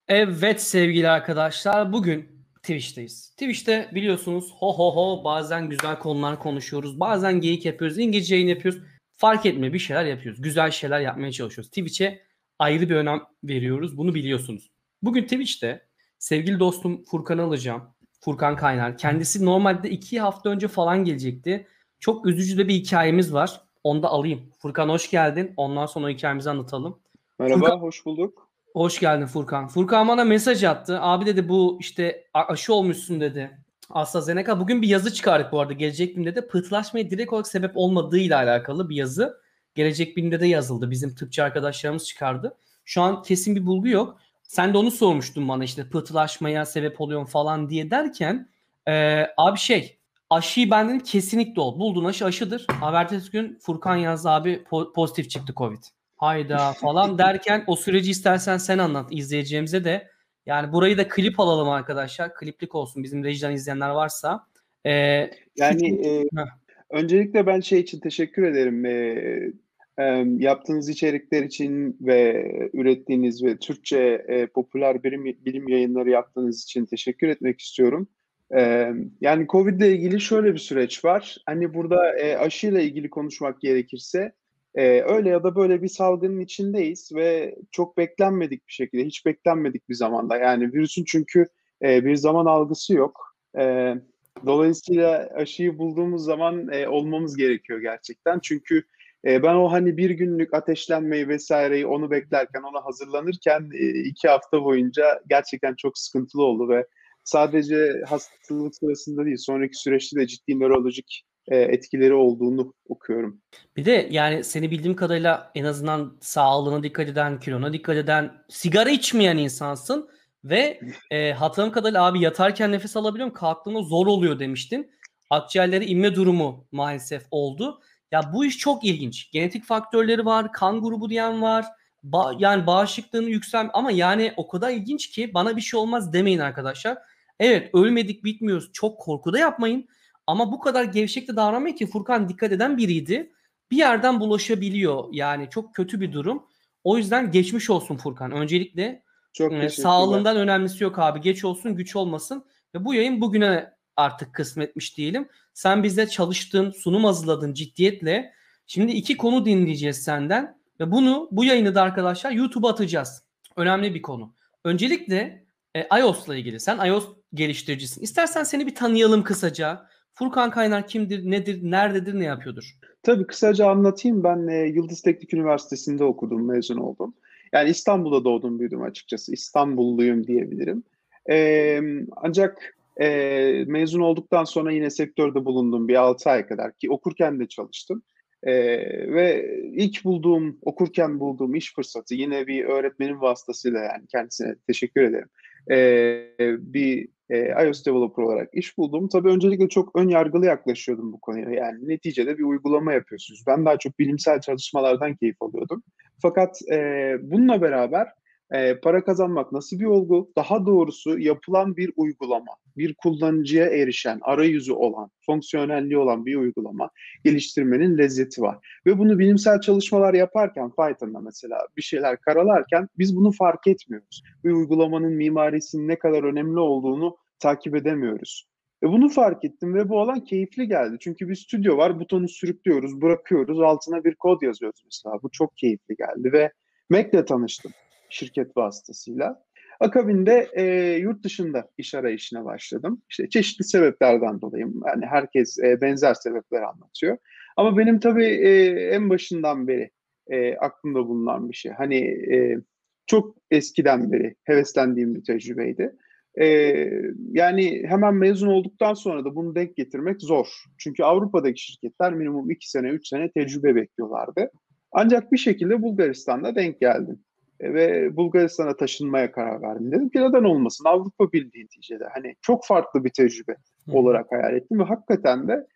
Evet sevgili arkadaşlar, bugün Twitch'teyiz. Twitch'te biliyorsunuz bazen güzel konular konuşuyoruz, bazen geyik yapıyoruz, İngilizce yayın yapıyoruz. Fark etmiyor, bir şeyler yapıyoruz. Güzel şeyler yapmaya çalışıyoruz. Twitch'e ayrı bir önem veriyoruz. Bunu biliyorsunuz. Bugün Twitch'te sevgili dostum Furkan'ı alacağım. Furkan Kaynar. Kendisi normalde 2 hafta önce falan gelecekti. Çok üzücü de bir hikayemiz var. Onu da alayım. Furkan hoş geldin. Ondan sonra o hikayemizi anlatalım. Furkan, Merhaba, hoş bulduk. hoş geldin Furkan. Furkan bana mesaj attı. Abi dedi bu işte aşı olmuşsun dedi. AstraZeneca. Bugün bir yazı çıkardık bu arada. Gelecek Bilim'de de pıhtılaşmaya direkt olarak sebep olmadığıyla alakalı bir yazı. Gelecek Bilim'de de yazıldı. Bizim tıpçı arkadaşlarımız çıkardı. Şu an kesin bir bulgu yok. Sen de onu sormuştun bana işte pıhtılaşmaya sebep oluyor falan diye derken abi aşıyı ben dedim kesinlikle ol. Bulduğun aşı aşıdır. Ertesi gün Furkan yazdı abi pozitif çıktı Covid. Hayda falan derken o süreci istersen sen anlat izleyeceğimize de. Yani burayı da klip alalım arkadaşlar. Kliplik olsun bizim rejiden izleyenler varsa. Çünkü Yani Heh, öncelikle ben şey için teşekkür ederim. Yaptığınız içerikler için ve ürettiğiniz ve Türkçe popüler bilim yayınları yaptığınız için teşekkür etmek istiyorum. Yani Covid ile ilgili şöyle bir süreç var. Hani burada aşıyla ilgili konuşmak gerekirse öyle ya da böyle bir salgının içindeyiz ve çok beklenmedik bir şekilde, hiç beklenmedik bir zamanda. Yani virüsün çünkü bir zaman algısı yok. Dolayısıyla aşıyı bulduğumuz zaman olmamız gerekiyor gerçekten. Çünkü ben o hani bir günlük ateşlenmeyi vesaireyi onu beklerken, ona hazırlanırken 2 hafta boyunca gerçekten çok sıkıntılı oldu ve sadece hastalık sırasında değil, sonraki süreçte de ciddi nörolojik etkileri olduğunu okuyorum. bir de yani seni bildiğim kadarıyla en azından sağlığına dikkat eden, kilona dikkat eden, sigara içmeyen insansın ve hatırladığım kadarıyla abi yatarken nefes alabiliyorum, kalktığımda zor oluyor demiştin. Akciğerlere inme durumu maalesef oldu. Ya bu iş çok ilginç. Genetik faktörleri var, kan grubu diyen var. Yani bağışıklığını yüksel ama yani o kadar ilginç ki bana bir şey olmaz demeyin arkadaşlar. Evet ölmedik bitmiyoruz. Çok korku da yapmayın. Ama bu kadar gevşek de davranmayın ki Furkan dikkat eden biriydi. Bir yerden bulaşabiliyor. Yani çok kötü bir durum. O yüzden geçmiş olsun Furkan. Öncelikle Çok teşekkürler. sağlığından önemlisi yok abi. Geç olsun güç olmasın. Ve bu yayın bugüne artık kısmetmiş diyelim. Sen bizde çalıştın, sunum hazırladın ciddiyetle. Şimdi 2 konu dinleyeceğiz senden. Ve bu yayını da arkadaşlar YouTube'a atacağız. Önemli bir konu. Öncelikle iOS'la ilgili. Sen iOS geliştiricisin. İstersen seni bir tanıyalım kısaca. Furkan Kaynar kimdir, nedir, nerededir, ne yapıyordur? Tabii kısaca anlatayım. Ben Yıldız Teknik Üniversitesi'nde okudum, mezun oldum. Yani İstanbul'da doğdum, büyüdüm açıkçası. İstanbulluyum diyebilirim. Ancak mezun olduktan sonra yine sektörde bulundum bir 6 ay kadar ki okurken de çalıştım. Ve okurken bulduğum iş fırsatı yine bir öğretmenin vasıtasıyla yani kendisine teşekkür ederim. Bir iOS developer olarak iş buldum. Tabii öncelikle çok ön yargılı yaklaşıyordum bu konuya. Yani neticede bir uygulama yapıyorsunuz. Ben daha çok bilimsel çalışmalardan keyif alıyordum. Fakat bununla beraber para kazanmak nasıl bir olgu? Daha doğrusu yapılan bir uygulama, bir kullanıcıya erişen, arayüzü olan, fonksiyonelliği olan bir uygulama geliştirmenin lezzeti var. Ve bunu bilimsel çalışmalar yaparken, Python'da mesela bir şeyler karalarken biz bunu fark etmiyoruz. Bir uygulamanın mimarisinin ne kadar önemli olduğunu takip edemiyoruz. Bunu fark ettim ve bu alan keyifli geldi. Çünkü bir stüdyo var, butonu sürüklüyoruz, bırakıyoruz, altına bir kod yazıyoruz mesela. Bu çok keyifli geldi ve Mac'le tanıştım şirket vasıtasıyla. Akabinde yurt dışında iş arayışına başladım. İşte çeşitli sebeplerden dolayı. Yani herkes benzer sebepler anlatıyor. Ama benim tabii en başından beri aklımda bulunan bir şey. Hani çok eskiden beri heveslendiğim bir tecrübeydi. E, Yani hemen mezun olduktan sonra da bunu denk getirmek zor. Çünkü Avrupa'daki şirketler minimum 2 sene, 3 sene tecrübe bekliyorlardı. Ancak bir şekilde Bulgaristan'da denk geldim. Ve Bulgaristan'a taşınmaya karar verdim. Dedim ki neden olmasın? Avrupa Birliği neticede. Hani çok farklı bir tecrübe Hı hı. olarak hayal ettim ve hakikaten de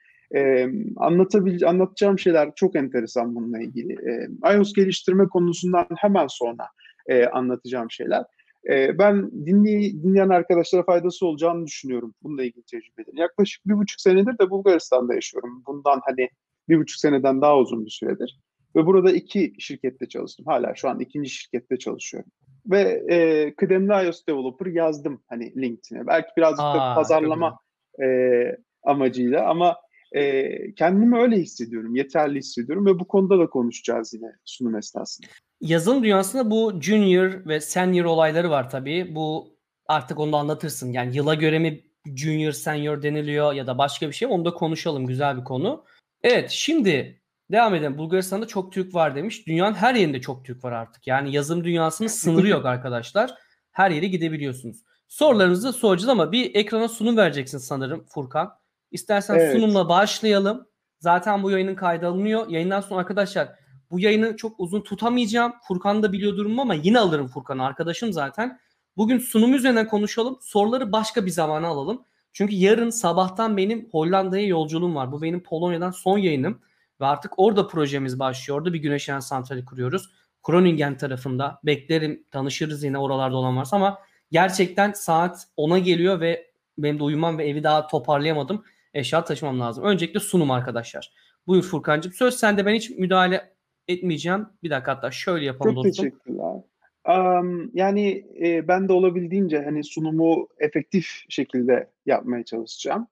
anlatacağım şeyler çok enteresan bununla ilgili. iOS geliştirme konusundan hemen sonra anlatacağım şeyler. Ben dinleyen arkadaşlara faydası olacağını düşünüyorum bununla ilgili tecrübelerin. Yaklaşık 1,5 senedir de Bulgaristan'da yaşıyorum. Bundan hani 1,5 seneden daha uzun bir süredir. Ve burada 2 şirkette çalıştım. Hala şu an ikinci şirkette çalışıyorum. ve kıdemli iOS developer yazdım hani LinkedIn'e. Belki birazcık da Aa, çok güzel. pazarlama e, amacıyla ama kendimi öyle hissediyorum, yeterli hissediyorum ve bu konuda da konuşacağız yine sunum esnasında. Yazılım dünyasında bu junior ve senior olayları var tabii. Bu artık onu da anlatırsın. Yani yıla göre mi junior, senior deniliyor ya da başka bir şey. Onu da konuşalım. Güzel bir konu. Evet, şimdi devam edelim. Bulgaristan'da çok Türk var demiş. Dünyanın her yerinde çok Türk var artık. Yani yazılım dünyasının sınırı yok arkadaşlar. Her yere gidebiliyorsunuz. Sorularınızı soracağız ama bir ekrana sunum vereceksin sanırım Furkan. İstersen Evet, sunumla başlayalım. Zaten bu yayının kaydı alınıyor. Yayından sonra arkadaşlar bu yayını çok uzun tutamayacağım. Furkan da biliyor durumu ama yine alırım Furkan'ı. Arkadaşım zaten. Bugün sunum üzerine konuşalım. Soruları başka bir zamana alalım. Çünkü yarın sabahtan benim Hollanda'ya yolculuğum var. Bu benim Polonya'dan son yayınım. Ve artık orada projemiz başlıyor. Orada bir güneş enerji santrali kuruyoruz. Groningen tarafında. Beklerim, tanışırız yine oralarda olan varsa ama gerçekten saat 10'a geliyor ve benim de uyumam ve evi daha toparlayamadım. Eşya taşımam lazım. Öncelikle sunum arkadaşlar. Buyur Furkancığım. Söz sende, ben hiç müdahale etmeyeceğim. Bir dakika, hatta şöyle yapalım çok dostum. teşekkürler. Yani ben de olabildiğince hani sunumu efektif şekilde yapmaya çalışacağım.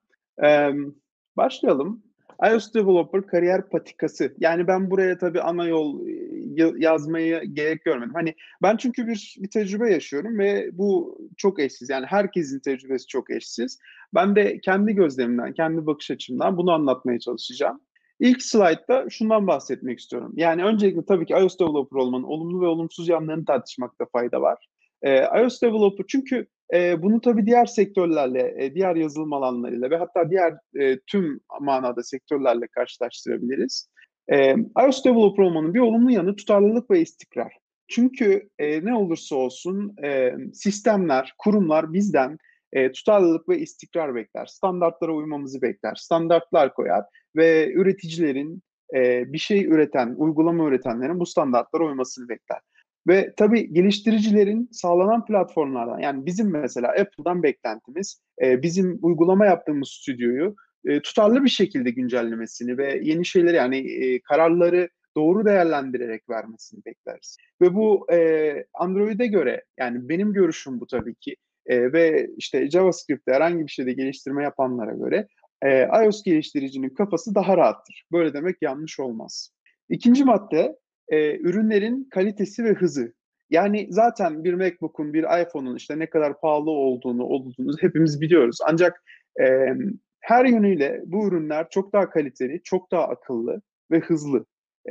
Başlayalım. iOS Developer kariyer patikası. Yani ben buraya tabii ana yol yazmayı gerek görmedim. Hani ben çünkü bir tecrübe yaşıyorum ve bu çok eşsiz. Yani herkesin tecrübesi çok eşsiz. Ben de kendi gözlemimden, kendi bakış açımdan bunu anlatmaya çalışacağım. İlk slaytta şundan bahsetmek istiyorum. Yani öncelikle tabii ki iOS Developer olmanın olumlu ve olumsuz yanlarını tartışmakta fayda var. iOS Developer çünkü bunu tabii diğer sektörlerle, diğer yazılım alanlarıyla ve hatta diğer tüm manada sektörlerle karşılaştırabiliriz. iOS Developer olmanın bir olumlu yanı tutarlılık ve istikrar. Çünkü ne olursa olsun sistemler, kurumlar bizden tutarlılık ve istikrar bekler. Standartlara uymamızı bekler. Standartlar koyar ve üreticilerin bir şey üreten, uygulama üretenlerin bu standartlara uymasını bekler. Ve tabii geliştiricilerin sağlanan platformlardan, yani bizim mesela Apple'dan beklentimiz bizim uygulama yaptığımız stüdyoyu tutarlı bir şekilde güncellemesini ve yeni şeyleri yani kararları doğru değerlendirerek vermesini bekleriz. Ve bu Android'e göre, yani benim görüşüm bu tabii ki ve işte JavaScript'te herhangi bir şeyde geliştirme yapanlara göre iOS geliştiricinin kafası daha rahattır. Böyle demek yanlış olmaz. İkinci madde ürünlerin kalitesi ve hızı. Yani zaten bir MacBook'un, bir iPhone'un işte ne kadar pahalı olduğunu hepimiz biliyoruz. Ancak e, her yönüyle bu ürünler çok daha kaliteli, çok daha akıllı ve hızlı.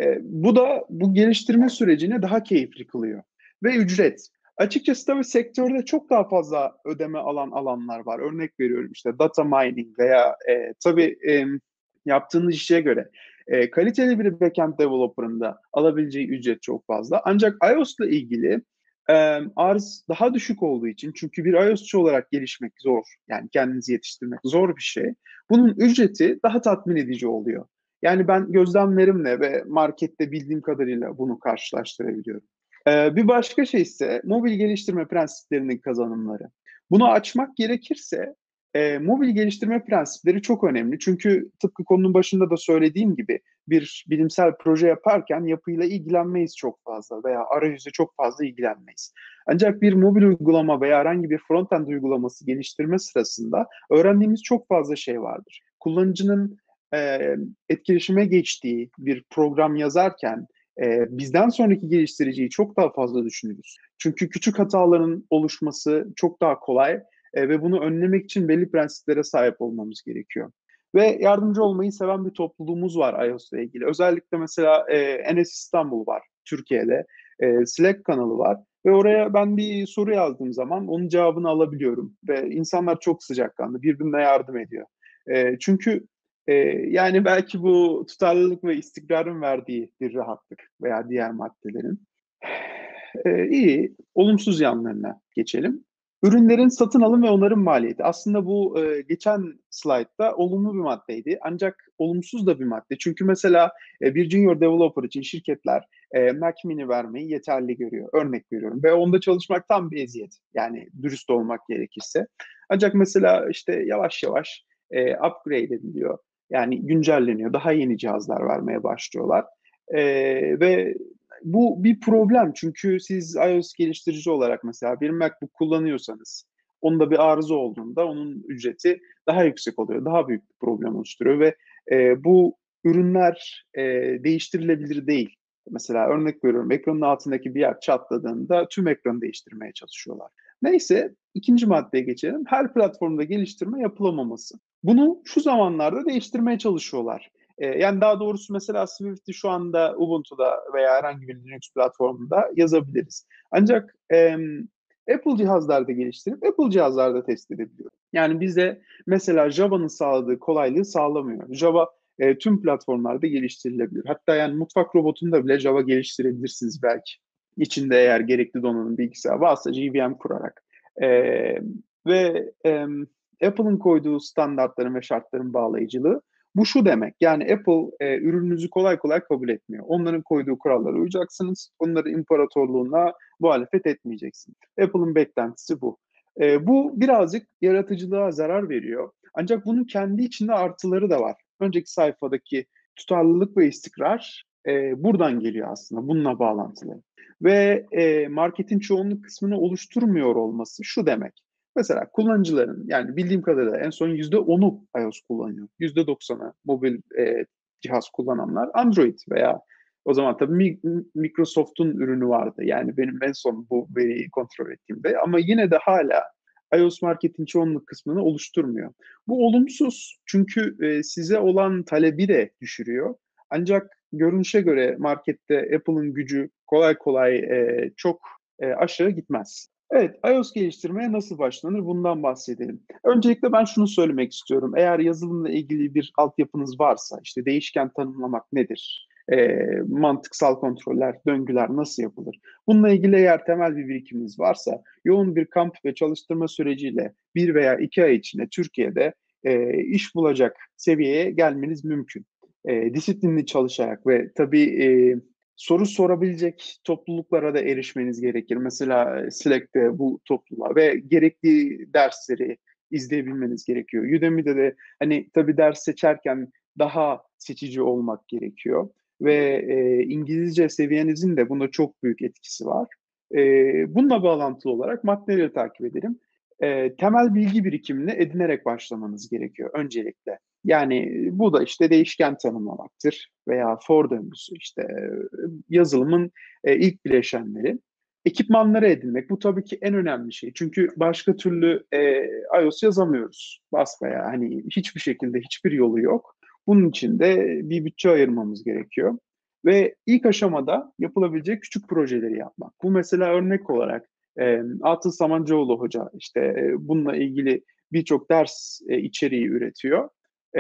Bu da bu geliştirme sürecini daha keyifli kılıyor. Ve ücret. Açıkçası tabii sektörde çok daha fazla ödeme alan alanlar var. Örnek veriyorum işte data mining veya tabii yaptığınız işe göre kaliteli bir backend developer'ında alabileceği ücret çok fazla. Ancak iOS'la ilgili e, arz daha düşük olduğu için, çünkü bir iOS'çu olarak gelişmek zor. Yani kendinizi yetiştirmek zor bir şey. Bunun ücreti daha tatmin edici oluyor. Yani ben gözlemlerimle ve markette bildiğim kadarıyla bunu karşılaştırabiliyorum. Bir başka şey ise mobil geliştirme prensiplerinin kazanımları. Bunu açmak gerekirse mobil geliştirme prensipleri çok önemli. Çünkü tıpkı konunun başında da söylediğim gibi bir bilimsel proje yaparken yapıyla ilgilenmeyiz çok fazla veya arayüzle çok fazla ilgilenmeyiz. Ancak bir mobil uygulama veya herhangi bir frontend uygulaması geliştirme sırasında öğrendiğimiz çok fazla şey vardır. Kullanıcının etkileşime geçtiği bir program yazarken bizden sonraki geliştiriciyi çok daha fazla düşünürüz. Çünkü küçük hataların oluşması çok daha kolay ve bunu önlemek için belli prensiplere sahip olmamız gerekiyor. Ve yardımcı olmayı seven bir topluluğumuz var iOS ile ilgili. Özellikle mesela Enes İstanbul var Türkiye'de. Slack kanalı var. Ve oraya ben bir soru yazdığım zaman onun cevabını alabiliyorum. Ve insanlar çok sıcakkanlı, birbirine yardım ediyor. Çünkü yani belki bu tutarlılık ve istikrarın verdiği bir rahatlık veya diğer maddelerin. İyi, olumsuz yanlarına geçelim. Ürünlerin satın alım ve onarım maliyeti. Aslında bu geçen slaytta olumlu bir maddeydi. Ancak olumsuz da bir madde. Çünkü mesela bir junior developer için şirketler Mac Mini vermeyi yeterli görüyor. Örnek veriyorum. Ve onda çalışmak tam bir eziyet. Yani dürüst olmak gerekirse. Ancak mesela işte yavaş yavaş upgrade ediliyor. Yani güncelleniyor. Daha yeni cihazlar vermeye başlıyorlar. Ve Bu bir problem çünkü siz iOS geliştirici olarak mesela bir MacBook kullanıyorsanız onda bir arıza olduğunda onun ücreti daha yüksek oluyor. Daha büyük bir problem oluşturuyor ve bu ürünler değiştirilebilir değil. Mesela örnek veriyorum, ekranın altındaki bir yer çatladığında tüm ekranı değiştirmeye çalışıyorlar. Neyse, ikinci maddeye geçelim. Her platformda geliştirme yapılamaması. Bunu şu zamanlarda değiştirmeye çalışıyorlar. Yani daha doğrusu mesela Swift'i şu anda Ubuntu'da veya herhangi bir Linux platformunda yazabiliriz. Ancak Apple cihazlarda geliştirip Apple cihazlarda test edebiliyor. Yani bize mesela Java'nın sağladığı kolaylığı sağlamıyor. Java tüm platformlarda geliştirilebilir. Hatta yani mutfak robotunda bile Java geliştirebilirsiniz belki. İçinde eğer gerekli donanım bilgisayar varsa JVM kurarak. E, ve Apple'ın koyduğu standartların ve şartların bağlayıcılığı bu şu demek. Yani Apple ürününüzü kolay kolay kabul etmiyor. Onların koyduğu kurallara uyacaksınız. Onların imparatorluğuna muhalefet etmeyeceksiniz. Apple'ın beklentisi bu. Bu birazcık yaratıcılığa zarar veriyor. Ancak bunun kendi içinde artıları da var. Önceki sayfadaki tutarlılık ve istikrar buradan geliyor aslında. Bununla bağlantılı. Ve marketin çoğunluk kısmını oluşturmuyor olması şu demek. Mesela kullanıcıların, yani bildiğim kadarıyla en son %10'u iOS kullanıyor. %90'ı mobil cihaz kullananlar Android veya o zaman tabii Microsoft'un ürünü vardı. Yani benim en son bu veriyi kontrol ettiğimde. Ama yine de hala iOS marketin çoğunluk kısmını oluşturmuyor. Bu olumsuz çünkü size olan talebi de düşürüyor. Ancak görünüşe göre markette Apple'ın gücü kolay kolay çok aşağı gitmez. Evet, iOS geliştirmeye nasıl başlanır? Bundan bahsedelim. Öncelikle ben şunu söylemek istiyorum. Eğer yazılımla ilgili bir altyapınız varsa, işte değişken tanımlamak nedir? Mantıksal kontroller, döngüler nasıl yapılır? Bununla ilgili eğer temel bir birikiminiz varsa, yoğun bir kamp ve çalıştırma süreciyle 1 veya 2 ay içinde Türkiye'de iş bulacak seviyeye gelmeniz mümkün. Disiplinli çalışarak ve tabii soru sorabilecek topluluklara da erişmeniz gerekir. Mesela Slack'te bu topluluğa ve gerekli dersleri izleyebilmeniz gerekiyor. Udemy'de de hani tabii ders seçerken daha seçici olmak gerekiyor. Ve İngilizce seviyenizin de bunda çok büyük etkisi var. Bununla bağlantılı olarak maddeleri takip edelim. Temel bilgi birikimini edinerek başlamanız gerekiyor öncelikle. Yani bu da işte değişken tanımlamaktır veya for döngüsü, işte yazılımın ilk bileşenleri. Ekipmanları edinmek bu tabii ki en önemli şey. Çünkü başka türlü iOS yazamıyoruz. Basbayağı hani hiçbir şekilde hiçbir yolu yok. Bunun için de bir bütçe ayırmamız gerekiyor. Ve ilk aşamada yapılabilecek küçük projeleri yapmak. Bu mesela örnek olarak Atıl Samancıoğlu Hoca işte bununla ilgili birçok ders içeriği üretiyor.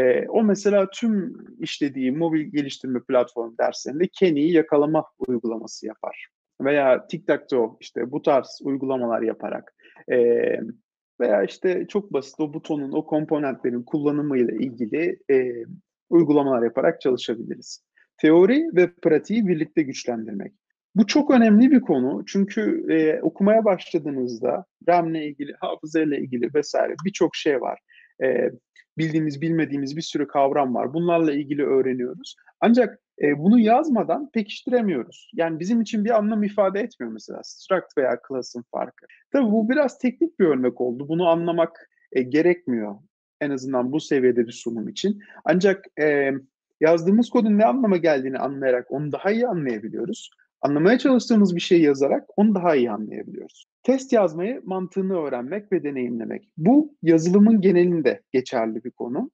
O mesela tüm işlediği mobil geliştirme platformu derslerinde Kenny'yi yakalama uygulaması yapar. Veya Tic-Tac-Toe işte bu tarz uygulamalar yaparak e, veya işte çok basit o butonun, o komponentlerin kullanımıyla ilgili uygulamalar yaparak çalışabiliriz. Teori ve pratiği birlikte güçlendirmek. Bu çok önemli bir konu çünkü okumaya başladığınızda RAM'le ilgili, hafızayla ilgili vesaire birçok şey var. E, Bildiğimiz, bilmediğimiz bir sürü kavram var. Bunlarla ilgili öğreniyoruz. Ancak bunu yazmadan pekiştiremiyoruz. Yani bizim için bir anlam ifade etmiyor mesela struct veya class'ın farkı. Tabii bu biraz teknik bir örnek oldu. Bunu anlamak gerekmiyor. En azından bu seviyede bir sunum için. Ancak yazdığımız kodun ne anlama geldiğini anlayarak onu daha iyi anlayabiliyoruz. Anlamaya çalıştığımız bir şey yazarak onu daha iyi anlayabiliyoruz. Test yazmayı, mantığını öğrenmek ve deneyimlemek. Bu yazılımın genelinde geçerli bir konu.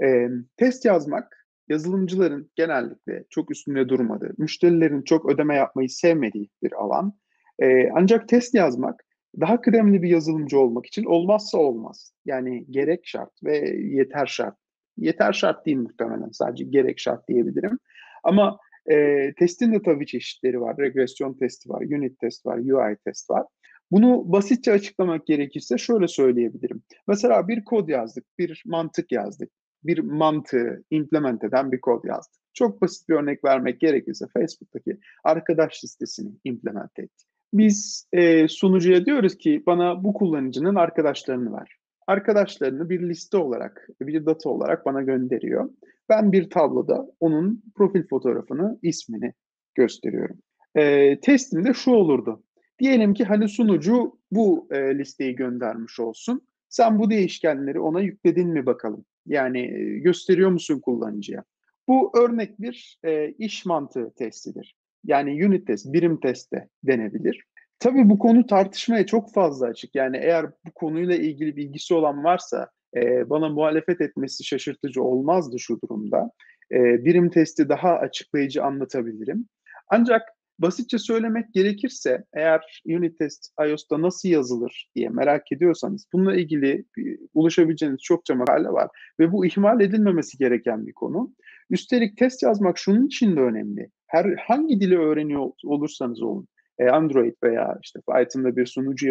Test yazmak, yazılımcıların genellikle çok üstünde durmadığı, müşterilerin çok ödeme yapmayı sevmediği bir alan. Ancak test yazmak, daha kıdemli bir yazılımcı olmak için olmazsa olmaz. Yani gerek şart ve yeter şart. Yeter şart değil muhtemelen, sadece gerek şart diyebilirim. Ama testin de tabii çeşitleri var. Regresyon testi var, unit test var, UI test var. Bunu basitçe açıklamak gerekirse şöyle söyleyebilirim. Mesela bir kod yazdık, bir mantık yazdık. Bir mantığı implement eden bir kod yazdık. Çok basit bir örnek vermek gerekirse Facebook'taki arkadaş listesini implement ettik. Biz sunucuya diyoruz ki bana bu kullanıcının arkadaşlarını ver. Arkadaşlarını bir liste olarak, bir data olarak bana gönderiyor. Ben bir tabloda onun profil fotoğrafını, ismini gösteriyorum. Testim de şu olurdu. Diyelim ki hani sunucu bu listeyi göndermiş olsun. Sen bu değişkenleri ona yükledin mi bakalım? Yani gösteriyor musun kullanıcıya? Bu örnek bir iş mantığı testidir. Yani unit test, birim test de denebilir. Tabii bu konu tartışmaya çok fazla açık. Yani eğer bu konuyla ilgili bilgisi olan varsa bana muhalefet etmesi şaşırtıcı olmazdı şu durumda. Birim testi daha açıklayıcı anlatabilirim. Ancak basitçe söylemek gerekirse eğer unit test iOS'ta nasıl yazılır diye merak ediyorsanız bununla ilgili ulaşabileceğiniz çokça makale var ve bu ihmal edilmemesi gereken bir konu. Üstelik test yazmak şunun için de önemli. Hangi dili öğreniyor olursanız olun, Android veya işte Python'da bir sunucu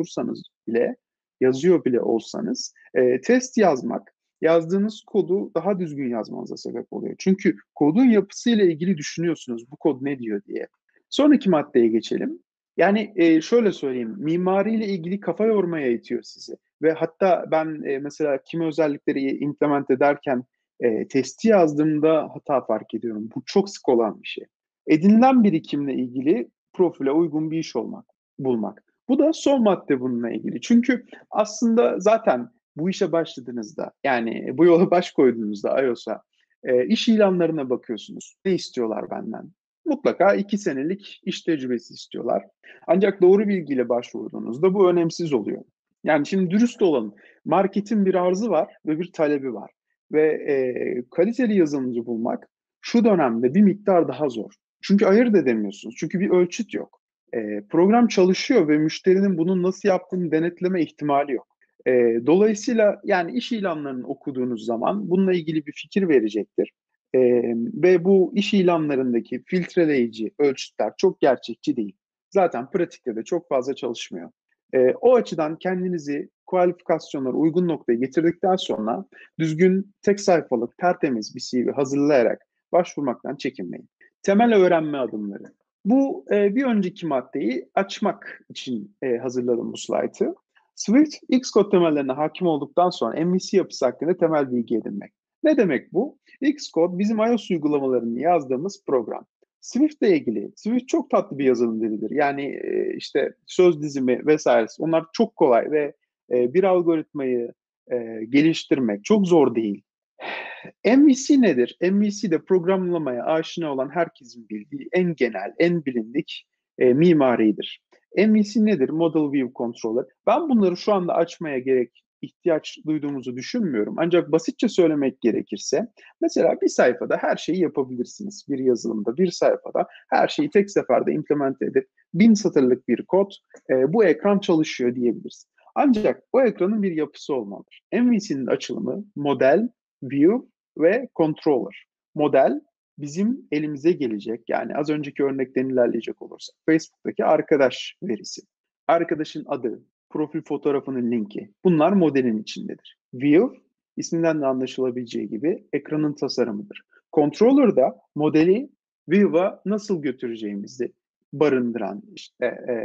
yazıyor bile olsanız test yazmak yazdığınız kodu daha düzgün yazmanıza sebep oluyor. Çünkü kodun yapısıyla ilgili düşünüyorsunuz bu kod ne diyor diye. Sonraki maddeye geçelim. Yani şöyle söyleyeyim, mimariyle ilgili kafa yormaya itiyor sizi. Ve hatta ben mesela kimi özellikleri implement ederken testi yazdığımda hata fark ediyorum. Bu çok sık olan bir şey. Edinilen birikimle ilgili profile uygun bir iş bulmak. Bu da son madde bununla ilgili. Çünkü aslında zaten bu işe başladığınızda, yani bu yola baş koyduğunuzda iOS'a iş ilanlarına bakıyorsunuz. Ne istiyorlar benden? Mutlaka 2 senelik iş tecrübesi istiyorlar. Ancak doğru bilgiyle başvurduğunuzda bu önemsiz oluyor. Yani şimdi dürüst olalım. Marketin bir arzı var ve bir talebi var. Ve kaliteli yazılımcı bulmak şu dönemde bir miktar daha zor. Çünkü ayırt edemiyorsunuz. Çünkü bir ölçüt yok. Program çalışıyor ve müşterinin bunun nasıl yaptığını denetleme ihtimali yok. Dolayısıyla yani iş ilanlarını okuduğunuz zaman bununla ilgili bir fikir verecektir. Ve bu iş ilanlarındaki filtreleyici ölçütler çok gerçekçi değil. Zaten pratikte de çok fazla çalışmıyor. O açıdan kendinizi kualifikasyonlara uygun noktaya getirdikten sonra düzgün tek sayfalık tertemiz bir CV hazırlayarak başvurmaktan çekinmeyin. Temel öğrenme adımları. Bu bir önceki maddeyi açmak için hazırladım bu slaytı. Swift, Xcode temellerine hakim olduktan sonra MVC yapısı hakkında temel bilgi edinmek. Ne demek bu? Xcode bizim iOS uygulamalarını yazdığımız program. Swift ile ilgili, Swift çok tatlı bir yazılım dilidir. Yani işte söz dizimi vesaire onlar çok kolay ve bir algoritmayı geliştirmek çok zor değil. MVC nedir? MVC de programlamaya aşina olan herkesin bildiği en genel, en bilindik mimaridir. MVC nedir? Model View Controller. Ben bunları şu anda açmaya ihtiyaç duyduğumuzu düşünmüyorum. Ancak basitçe söylemek gerekirse mesela bir sayfada her şeyi yapabilirsiniz. Bir yazılımda, bir sayfada her şeyi tek seferde implement edip 1000 satırlık bir kod bu ekran çalışıyor diyebiliriz. Ancak o ekranın bir yapısı olmalıdır. MVC'nin açılımı model, view ve controller. Model bizim elimize gelecek. Yani az önceki örnekten ilerleyecek olursak Facebook'taki arkadaş verisi. Arkadaşın adı, profil fotoğrafının linki. Bunlar modelin içindedir. View isminden de anlaşılabileceği gibi ekranın tasarımıdır. Controller da modeli View'a nasıl götüreceğimizi barındıran işte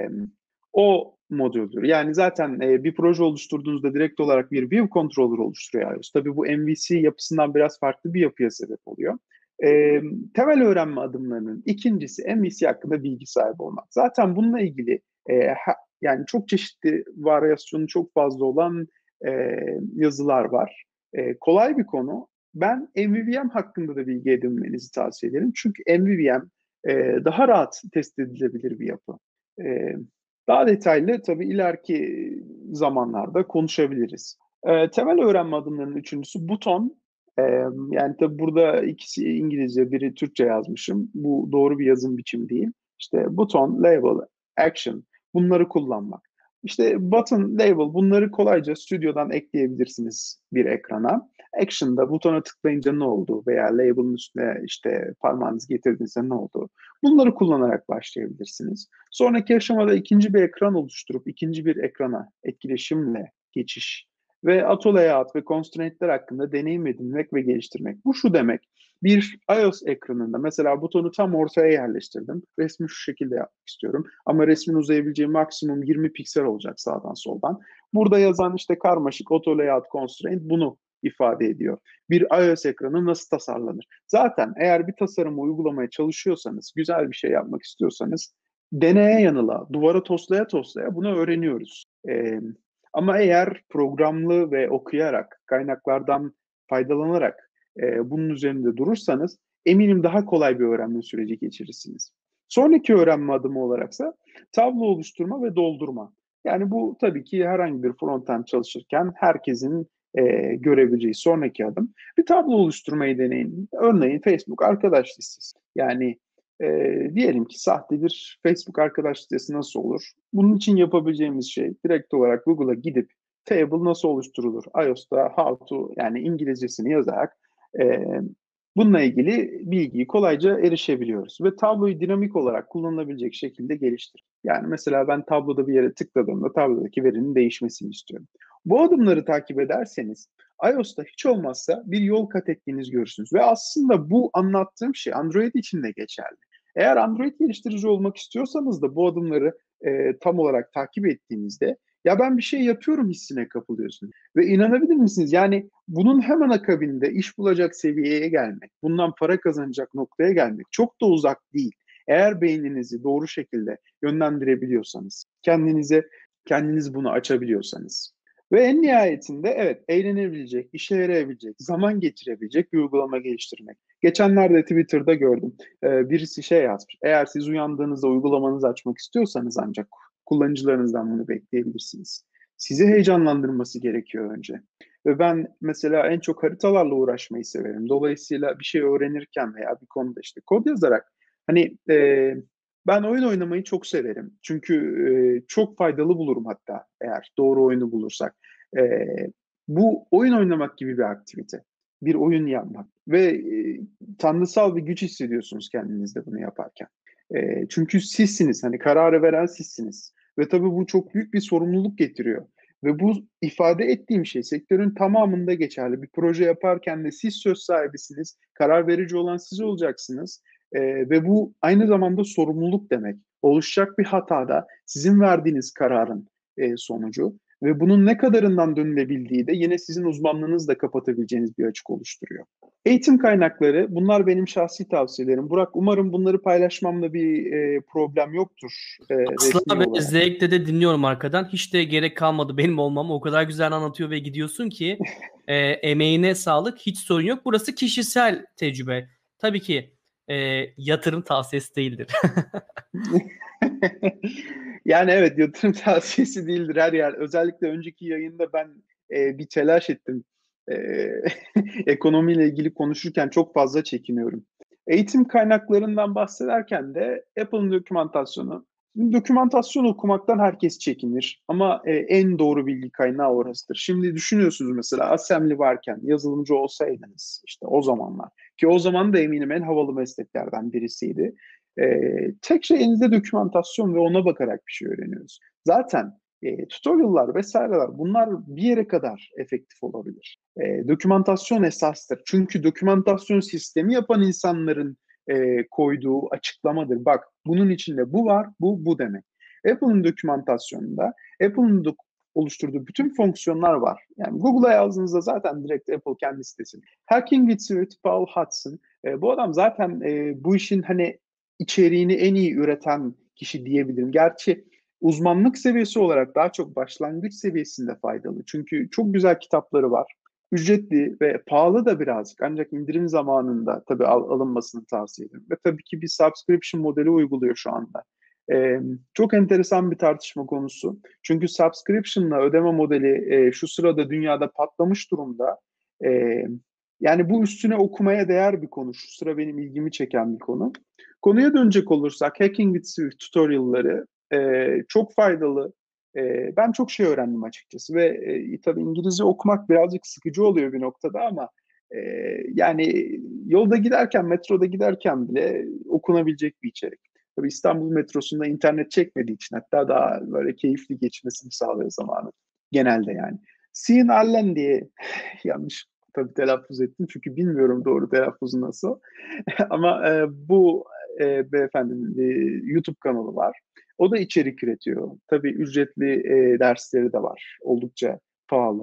o modüldür. Yani zaten bir proje oluşturduğunuzda direkt olarak bir View Controller oluşturuyor iOS. Tabii bu MVC yapısından biraz farklı bir yapıya sebep oluyor. Temel öğrenme adımlarının ikincisi MVC hakkında bilgi sahibi olmak. Zaten bununla ilgili yani çok çeşitli varyasyonu çok fazla olan yazılar var. Kolay bir konu. Ben MVVM hakkında da bilgi edinmenizi tavsiye ederim. Çünkü MVVM daha rahat test edilebilir bir yapı. E, Daha detaylı tabii ileriki zamanlarda konuşabiliriz. Temel öğrenme adımlarının üçüncüsü buton. Ee, Yani tabii burada ikisi İngilizce, biri Türkçe yazmışım. Bu doğru bir yazım biçimi değil. İşte buton, label, action bunları kullanmak. İşte button, label bunları kolayca stüdyodan ekleyebilirsiniz bir ekrana. Action'da butona tıklayınca ne oldu veya label'ın üstüne işte parmağınızı getirdiğinizde ne oldu? Bunları kullanarak başlayabilirsiniz. Sonraki aşamada ikinci bir ekran oluşturup ikinci bir ekrana etkileşimle geçiş ve auto layout ve constraint'ler hakkında deneyim edinmek ve geliştirmek. Bu şu demek. Bir iOS ekranında mesela butonu tam ortaya yerleştirdim. Resmi şu şekilde yapmak istiyorum. Ama resmin uzayabileceği maksimum 20 piksel olacak sağdan soldan. Burada yazan işte karmaşık auto layout constraint bunu ifade ediyor. Bir iOS ekranı nasıl tasarlanır? Zaten eğer bir tasarımı uygulamaya çalışıyorsanız, güzel bir şey yapmak istiyorsanız deneye yanıla, duvara toslaya toslaya bunu öğreniyoruz. Ama eğer programlı ve okuyarak, kaynaklardan faydalanarak bunun üzerinde durursanız eminim daha kolay bir öğrenme süreci geçirirsiniz. Sonraki öğrenme adımı olaraksa tablo oluşturma ve doldurma. Yani bu tabii ki herhangi bir frontend çalışırken herkesin görebileceği sonraki adım. Bir tablo oluşturmayı deneyin. Örneğin Facebook arkadaş listesi. Yani diyelim ki sahte bir Facebook arkadaş listesi nasıl olur? Bunun için yapabileceğimiz şey direkt olarak Google'a gidip table nasıl oluşturulur? iOS'ta how to yani İngilizcesini yazarak e, bununla ilgili bilgiyi kolayca erişebiliyoruz. Ve tabloyu dinamik olarak kullanılabilecek şekilde geliştir. Yani mesela ben tabloda bir yere tıkladığımda tablodaki verinin değişmesini istiyorum. Bu adımları takip ederseniz iOS'ta hiç olmazsa bir yol kat ettiğinizi görürsünüz. Ve aslında bu anlattığım şey Android için de geçerli. Eğer Android geliştirici olmak istiyorsanız da bu adımları tam olarak takip ettiğinizde ya ben bir şey yapıyorum hissine kapılıyorsunuz. Ve inanabilir misiniz? Yani bunun hemen akabinde iş bulacak seviyeye gelmek, bundan para kazanacak noktaya gelmek çok da uzak değil. Eğer beyninizi doğru şekilde yönlendirebiliyorsanız, kendiniz bunu açabiliyorsanız. Ve en nihayetinde evet eğlenebilecek, işe yarayabilecek, zaman geçirebilecek bir uygulama geliştirmek. Geçenlerde Twitter'da gördüm. Birisi şey yazmış. Eğer siz uyandığınızda uygulamanızı açmak istiyorsanız ancak kullanıcılarınızdan bunu bekleyebilirsiniz. Sizi heyecanlandırması gerekiyor önce. Ve ben mesela en çok haritalarla uğraşmayı severim. Dolayısıyla bir şey öğrenirken veya bir konuda işte kod yazarak hani ben oyun oynamayı çok severim. Çünkü çok faydalı bulurum hatta eğer doğru oyunu bulursak. E, Bu oyun oynamak gibi bir aktivite. Bir oyun yapmak. Ve tanrısal bir güç hissediyorsunuz kendinizde bunu yaparken. Çünkü sizsiniz. Hani kararı veren sizsiniz. Ve tabii bu çok büyük bir sorumluluk getiriyor. Ve bu ifade ettiğim şey sektörün tamamında geçerli. Bir proje yaparken de siz söz sahibisiniz. Karar verici olan siz olacaksınız. Ve bu aynı zamanda sorumluluk demek. Oluşacak bir hatada sizin verdiğiniz kararın sonucu ve bunun ne kadarından dönülebildiği de yine sizin uzmanlığınızla kapatabileceğiniz bir açık oluşturuyor. Eğitim kaynakları bunlar benim şahsi tavsiyelerim. Burak umarım bunları paylaşmamda bir problem yoktur resmi Aslında ben olarak. zevkle de dinliyorum arkadan. Hiç de gerek kalmadı benim olmama. O kadar güzel anlatıyor ve gidiyorsun ki emeğine sağlık. Hiç sorun yok. Burası kişisel tecrübe. Tabii ki e, yatırım tavsiyesi değildir. Yani evet yatırım tavsiyesi değildir her yer. Özellikle önceki yayında ben bir telaş ettim. E, Ekonomiyle ilgili konuşurken çok fazla çekiniyorum. Eğitim kaynaklarından bahsederken de Apple'ın dokümantasyonu. Dokümantasyon okumaktan herkes çekinir ama en doğru bilgi kaynağı orasıdır. Şimdi düşünüyorsunuz mesela assembly varken yazılımcı olsaydınız işte o zamanlar ki o zaman da eminim en havalı mesleklerden birisiydi. Tek şey elinizde dokümantasyon ve ona bakarak bir şey öğreniyoruz. Zaten tutorial'lar vesaireler bunlar bir yere kadar efektif olabilir. Dokümantasyon esastır. Çünkü dokümantasyon sistemi yapan insanların koyduğu açıklamadır. Bak bunun içinde bu var, bu demek. Apple'ın dokümantasyonunda oluşturduğu bütün fonksiyonlar var. Yani Google'a yazdığınızda zaten direkt Apple kendi sitesi. Hacking with Swift, Paul Hudson. Bu adam zaten bu işin hani içeriğini en iyi üreten kişi diyebilirim. Gerçi uzmanlık seviyesi olarak daha çok başlangıç seviyesinde faydalı. Çünkü çok güzel kitapları var. Ücretli ve pahalı da birazcık ancak indirim zamanında tabii alınmasını tavsiye ederim. Ve tabii ki bir subscription modeli uyguluyor şu anda. Çok enteresan bir tartışma konusu. Çünkü subscription'la ödeme modeli şu sırada dünyada patlamış durumda. Ee, Yani bu üstüne okumaya değer bir konu. Şu sıra benim ilgimi çeken bir konu. Konuya dönecek olursak Hacking with Swift tutorial'ları çok faydalı. Ben çok şey öğrendim açıkçası ve tabii İngilizce okumak birazcık sıkıcı oluyor bir noktada ama e, yani yolda giderken, metroda giderken bile okunabilecek bir içerik. Tabii İstanbul metrosunda internet çekmediği için hatta daha böyle keyifli geçmesini sağlıyor zamanı genelde yani. Sean Allen diye yanlış tabii telaffuz ettim çünkü bilmiyorum doğru telaffuzu nasıl. Ama bu beyefendinin YouTube kanalı var. O da içerik üretiyor. Tabii ücretli dersleri de var. Oldukça pahalı.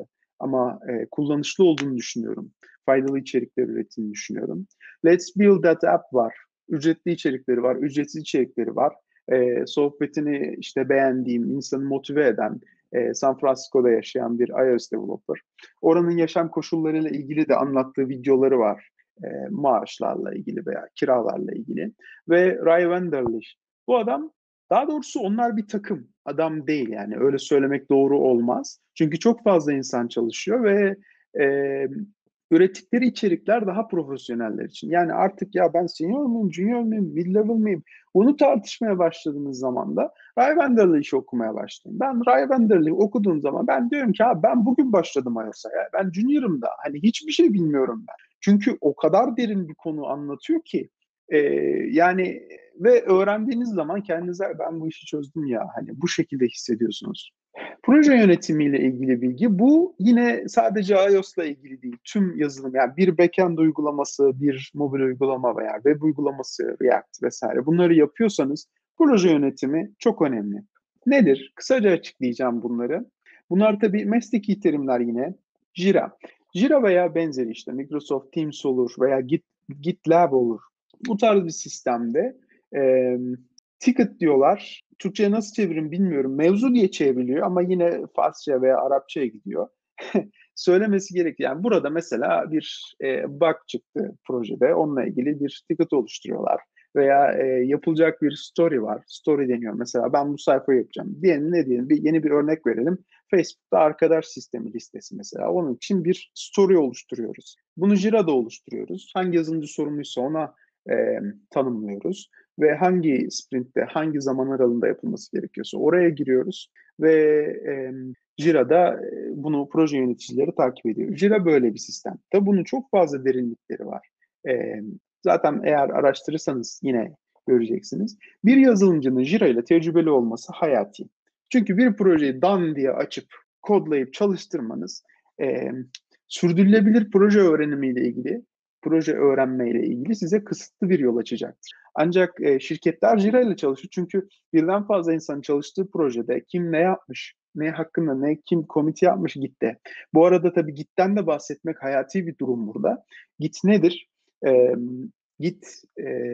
ama kullanışlı olduğunu düşünüyorum. Faydalı içerikler ürettiğini düşünüyorum. Let's Build That App var. Ücretli içerikleri var, ücretsiz içerikleri var. Sohbetini işte beğendiğim, insanı motive eden, San Francisco'da yaşayan bir iOS developer. Oranın yaşam koşullarıyla ilgili de anlattığı videoları var. Maaşlarla ilgili veya kiralarla ilgili. Ve Ray Wenderlich. Bu adam, daha doğrusu onlar bir takım. Adam değil yani. Öyle söylemek doğru olmaz. Çünkü çok fazla insan çalışıyor ve e, ürettikleri içerikler daha profesyoneller için. Yani artık ya ben senior muyum, junior muyum, mid level miyim? Bunu tartışmaya başladığınız zaman da Ray Wenderlich'i okumaya başlayın. Ben Ray Wenderlich'i okuduğum zaman ben diyorum ki abi ben bugün başladım iOS'a. Ya. Ben junior'ım da. Hani hiçbir şey bilmiyorum ben. Çünkü o kadar derin bir konu anlatıyor ki e, yani ve öğrendiğiniz zaman kendinize ben bu işi çözdüm ya hani bu şekilde hissediyorsunuz. Proje yönetimiyle ilgili bilgi. Bu yine sadece iOS'la ilgili değil. Tüm yazılım yani bir backend uygulaması, bir mobil uygulama veya web uygulaması, React vesaire bunları yapıyorsanız proje yönetimi çok önemli. Nedir? Kısaca açıklayacağım bunları. Bunlar tabii mesleki terimler yine. Jira. Jira veya benzeri işte Microsoft Teams olur veya GitLab olur. Bu tarz bir sistemde e, ticket diyorlar. Türkçe'ye nasıl çevirim bilmiyorum. Mevzu diye çevriliyor ama yine Farsça veya Arapçaya gidiyor. Söylemesi gerekiyor. Yani burada mesela bir bug çıktı projede. Onunla ilgili bir ticket oluşturuyorlar. Veya yapılacak bir story var. Story deniyor. Mesela ben bu sayfayı yapacağım. Diyelim ne diyelim? Yeni bir örnek verelim. Facebook'ta arkadaş sistemi listesi mesela. Onun için bir story oluşturuyoruz. Bunu Jira'da oluşturuyoruz. Hangi yazılımcı sorumluysa ona tanımlıyoruz ve hangi sprintte, hangi zaman aralığında yapılması gerekiyorsa oraya giriyoruz ve Jira'da bunu proje yöneticileri takip ediyor. Jira böyle bir sistem. Tabii bunun çok fazla derinlikleri var. E, Zaten eğer araştırırsanız yine göreceksiniz. Bir yazılımcının Jira ile tecrübeli olması hayati. Çünkü bir projeyi dan diye açıp kodlayıp çalıştırmanız e, sürdürülebilir proje öğrenimiyle ilgili, proje öğrenmeyle ilgili size kısıtlı bir yol açacaktır. Ancak şirketler Jira ile çalışıyor çünkü birden fazla insanın çalıştığı projede kim ne yapmış, ne hakkında ne kim komite yapmış Git'te. Bu arada tabii Git'ten de bahsetmek hayati bir durum burada. Git nedir? E, Git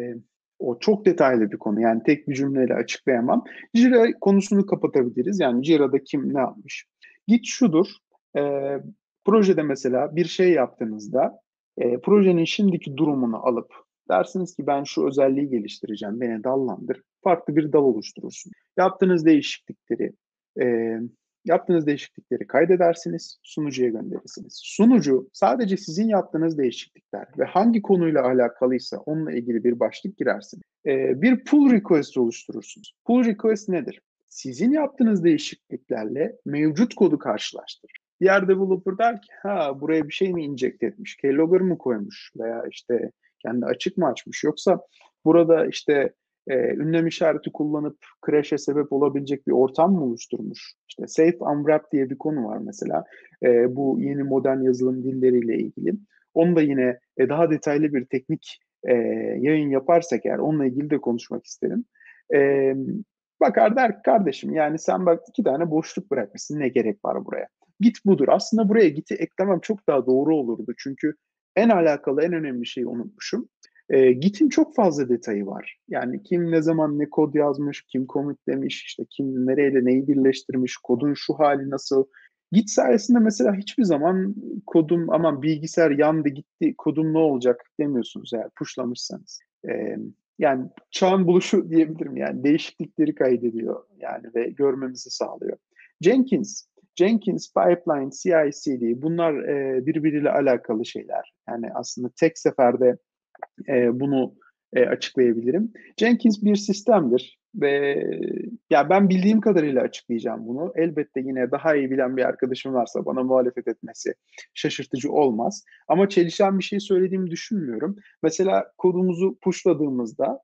o çok detaylı bir konu. Yani tek bir cümleyle açıklayamam. Jira konusunu kapatabiliriz. Yani Jira'da kim ne yapmış? Git şudur. E, Projede mesela bir şey yaptığınızda projenin şimdiki durumunu alıp dersiniz ki ben şu özelliği geliştireceğim, beni dallandır. Farklı bir dal oluşturursun. Yaptığınız değişiklikleri e, yaptığınız değişiklikleri kaydedersiniz, sunucuya gönderirsiniz. Sunucu sadece sizin yaptığınız değişiklikler ve hangi konuyla alakalıysa onunla ilgili bir başlık girersin. Bir pull request oluşturursunuz. Pull request nedir? Sizin yaptığınız değişikliklerle mevcut kodu karşılaştırır. Diğer developer der ki ha buraya bir şey mi inject etmiş, keylogger mı koymuş veya işte kendi açık mı açmış yoksa burada işte ünlem işareti kullanıp crash'e sebep olabilecek bir ortam mı oluşturmuş? İşte Safe Unwrap diye bir konu var mesela. Bu yeni modern yazılım dilleriyle ilgili. Onu da yine daha detaylı bir teknik yayın yaparsak eğer onunla ilgili de konuşmak isterim. E, Bakar der ki kardeşim yani sen bak iki tane boşluk bırakmışsın ne gerek var buraya? Git budur. Aslında buraya git'i eklemem çok daha doğru olurdu. Çünkü en alakalı, en önemli şeyi unutmuşum. Git'in çok fazla detayı var. Yani kim ne zaman ne kod yazmış, kim commitlemiş, işte kim nereyle neyi birleştirmiş, kodun şu hali nasıl. Git sayesinde mesela hiçbir zaman kodum aman bilgisayar yandı gitti kodum ne olacak demiyorsunuz eğer pushlamışsanız. Yani çağın buluşu diyebilirim yani değişiklikleri kaydediyor yani ve görmemizi sağlıyor. Jenkins Jenkins, Pipeline, CI/CD bunlar birbiriyle alakalı şeyler. Yani aslında tek seferde bunu açıklayabilirim. Jenkins bir sistemdir ve ya ben bildiğim kadarıyla açıklayacağım bunu. Elbette yine daha iyi bilen bir arkadaşım varsa bana muhalefet etmesi şaşırtıcı olmaz. Ama çelişen bir şey söylediğimi düşünmüyorum. Mesela kodumuzu pushladığımızda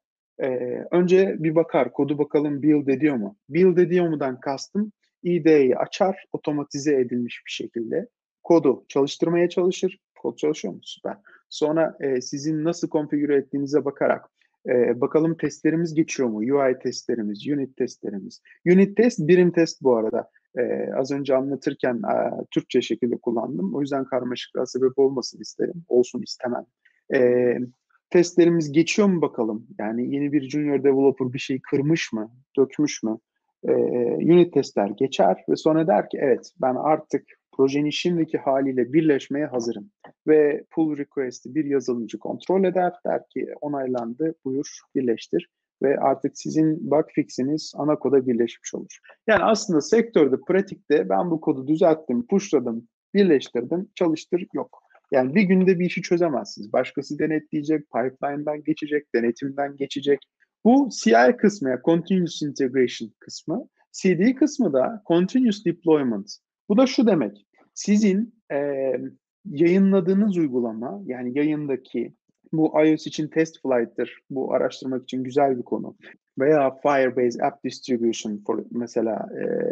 önce bir bakar, kodu bakalım build ediyor mu? Build ediyor mu'dan kastım IDE'yi açar, otomatize edilmiş bir şekilde kodu çalıştırmaya çalışır. Kod çalışıyor mu? Süper. Sonra sizin nasıl konfigüre ettiğinize bakarak bakalım testlerimiz geçiyor mu? UI testlerimiz, unit testlerimiz. Unit test birim test bu arada. Az önce anlatırken Türkçe şekilde kullandım. O yüzden karmaşıklığa sebep olmasın isterim. Olsun istemem. E, Testlerimiz geçiyor mu bakalım? Yani yeni bir junior developer bir şey kırmış mı, dökmüş mü? Unit testler geçer ve sonra der ki evet ben artık projenin şimdiki haliyle birleşmeye hazırım. Ve pull request'i bir yazılımcı kontrol eder. Der ki onaylandı, buyur birleştir. Ve artık sizin bug fix'iniz ana koda birleşmiş olur. Yani aslında sektörde, pratikte ben bu kodu düzelttim, pushladım, birleştirdim, çalıştır yok. Yani bir günde bir işi çözemezsiniz. Başkası denetleyecek, pipeline'dan geçecek, denetimden geçecek. Bu CI kısmı, yani Continuous Integration kısmı. CD kısmı da Continuous Deployment. Bu da şu demek. Sizin yayınladığınız uygulama, yani yayındaki bu iOS için test flight'tır. Bu araştırmak için güzel bir konu. Veya Firebase App Distribution for, mesela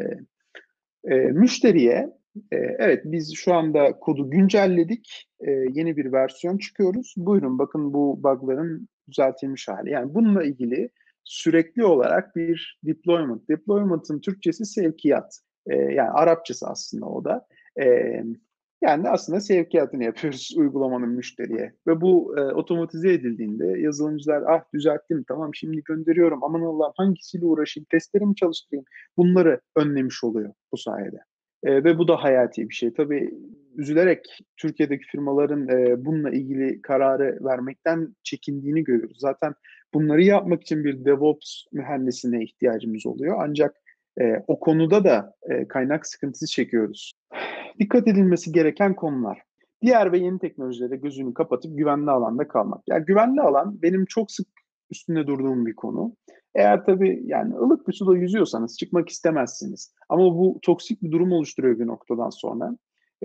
müşteriye evet biz şu anda kodu güncelledik. Yeni bir versiyon çıkıyoruz. Buyurun bakın bu bug'ların düzeltilmiş hali. Yani bununla ilgili sürekli olarak bir deployment. Deployment'ın Türkçesi sevkiyat. Yani Arapçası aslında o da. E, Yani aslında sevkiyatını yapıyoruz uygulamanın müşteriye. Ve bu otomatize edildiğinde yazılımcılar ah düzelttim tamam şimdi gönderiyorum aman Allah'ım hangisiyle uğraşayım testlerimi çalıştırayım. Bunları önlemiş oluyor bu sayede. Ve bu da hayati bir şey. Tabii üzülerek Türkiye'deki firmaların bununla ilgili kararı vermekten çekindiğini görüyoruz. Zaten bunları yapmak için bir DevOps mühendisine ihtiyacımız oluyor. Ancak o konuda da kaynak sıkıntısı çekiyoruz. Dikkat edilmesi gereken konular. Diğer ve yeni teknolojilere gözünü kapatıp güvenli alanda kalmak. Yani güvenli alan benim çok sık üstünde durduğum bir konu. Eğer tabii yani ılık bir suda yüzüyorsanız çıkmak istemezsiniz. Ama bu toksik bir durum oluşturuyor bir noktadan sonra.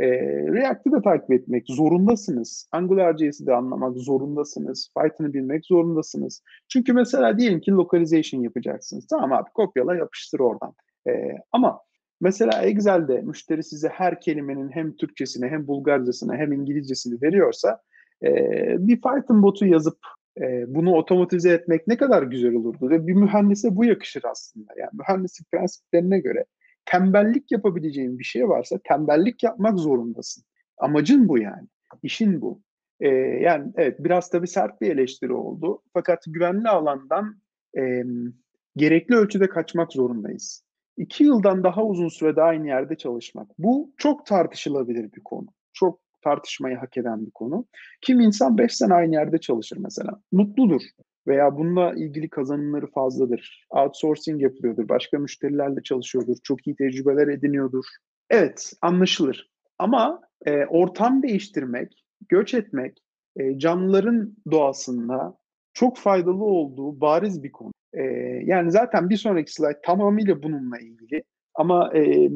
React'ı da takip etmek zorundasınız. AngularJS'i de anlamak zorundasınız. Python'ı bilmek zorundasınız. Çünkü mesela diyelim ki localization yapacaksınız. Tamam abi kopyala yapıştır oradan. Ama mesela Excel'de müşteri size her kelimenin hem Türkçesini hem Bulgarcasını hem İngilizcesini veriyorsa bir Python botu yazıp bunu otomatize etmek ne kadar güzel olurdu ve bir mühendise bu yakışır aslında. Yani mühendislik prensiplerine göre tembellik yapabileceğin bir şey varsa tembellik yapmak zorundasın. Amacın bu yani. İşin bu. Yani evet biraz tabii sert bir eleştiri oldu. Fakat güvenli alandan e, gerekli ölçüde kaçmak zorundayız. 2 yıldan daha uzun sürede aynı yerde çalışmak. Bu çok tartışılabilir bir konu. Çok tartışmayı hak eden bir konu. Kim insan 5 sene aynı yerde çalışır mesela. Mutludur veya bununla ilgili kazanımları fazladır. Outsourcing yapıyordur, başka müşterilerle çalışıyordur, çok iyi tecrübeler ediniyordur. Evet, anlaşılır. Ama ortam değiştirmek, göç etmek, canlıların doğasında çok faydalı olduğu bariz bir konu. Yani zaten bir sonraki slide tamamıyla bununla ilgili. Ama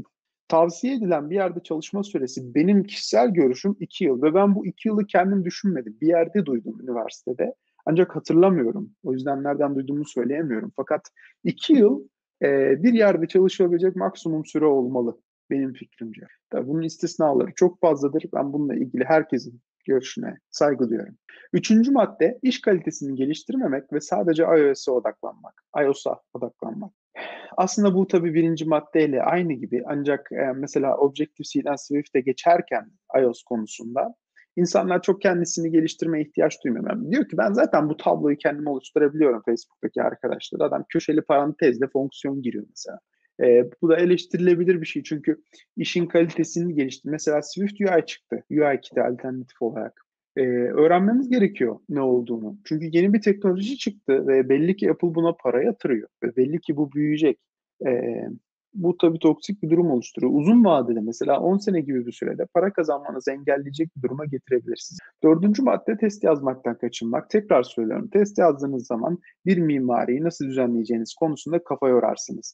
tavsiye edilen bir yerde çalışma süresi benim kişisel görüşüm 2 yıl. Ve ben bu 2 yılı kendim düşünmedim. Bir yerde duydum üniversitede. Ancak hatırlamıyorum. O yüzden nereden duyduğumu söyleyemiyorum. Fakat 2 yıl bir yerde çalışabilecek maksimum süre olmalı benim fikrimce. Tabii bunun istisnaları çok fazladır. Ben bununla ilgili herkesin görüşüne saygı duyuyorum. Üçüncü madde iş kalitesini geliştirmemek ve sadece iOS'a odaklanmak. iOS'a odaklanmak. Aslında bu tabii birinci maddeyle aynı gibi ancak mesela Objective-C'den Swift'e geçerken iOS konusunda insanlar çok kendisini geliştirmeye ihtiyaç duymuyor. Yani diyor ki ben zaten bu tabloyu kendim oluşturabiliyorum Facebook'taki arkadaşlar. Adam köşeli parantezle fonksiyon giriyor mesela. Bu da eleştirilebilir bir şey çünkü işin kalitesini geliştir. Mesela Swift UI çıktı. UI kiti alternatif olarak. Öğrenmemiz gerekiyor ne olduğunu. Çünkü yeni bir teknoloji çıktı ve belli ki Apple buna para yatırıyor. Ve belli ki bu büyüyecek. Ee, Bu tabii toksik bir durum oluşturuyor. Uzun vadede mesela 10 sene gibi bir sürede para kazanmanızı engelleyecek bir duruma getirebilirsiniz. Dördüncü madde test yazmaktan kaçınmak. Tekrar söylüyorum. Test yazdığınız zaman bir mimariyi nasıl düzenleyeceğiniz konusunda kafa yorarsınız.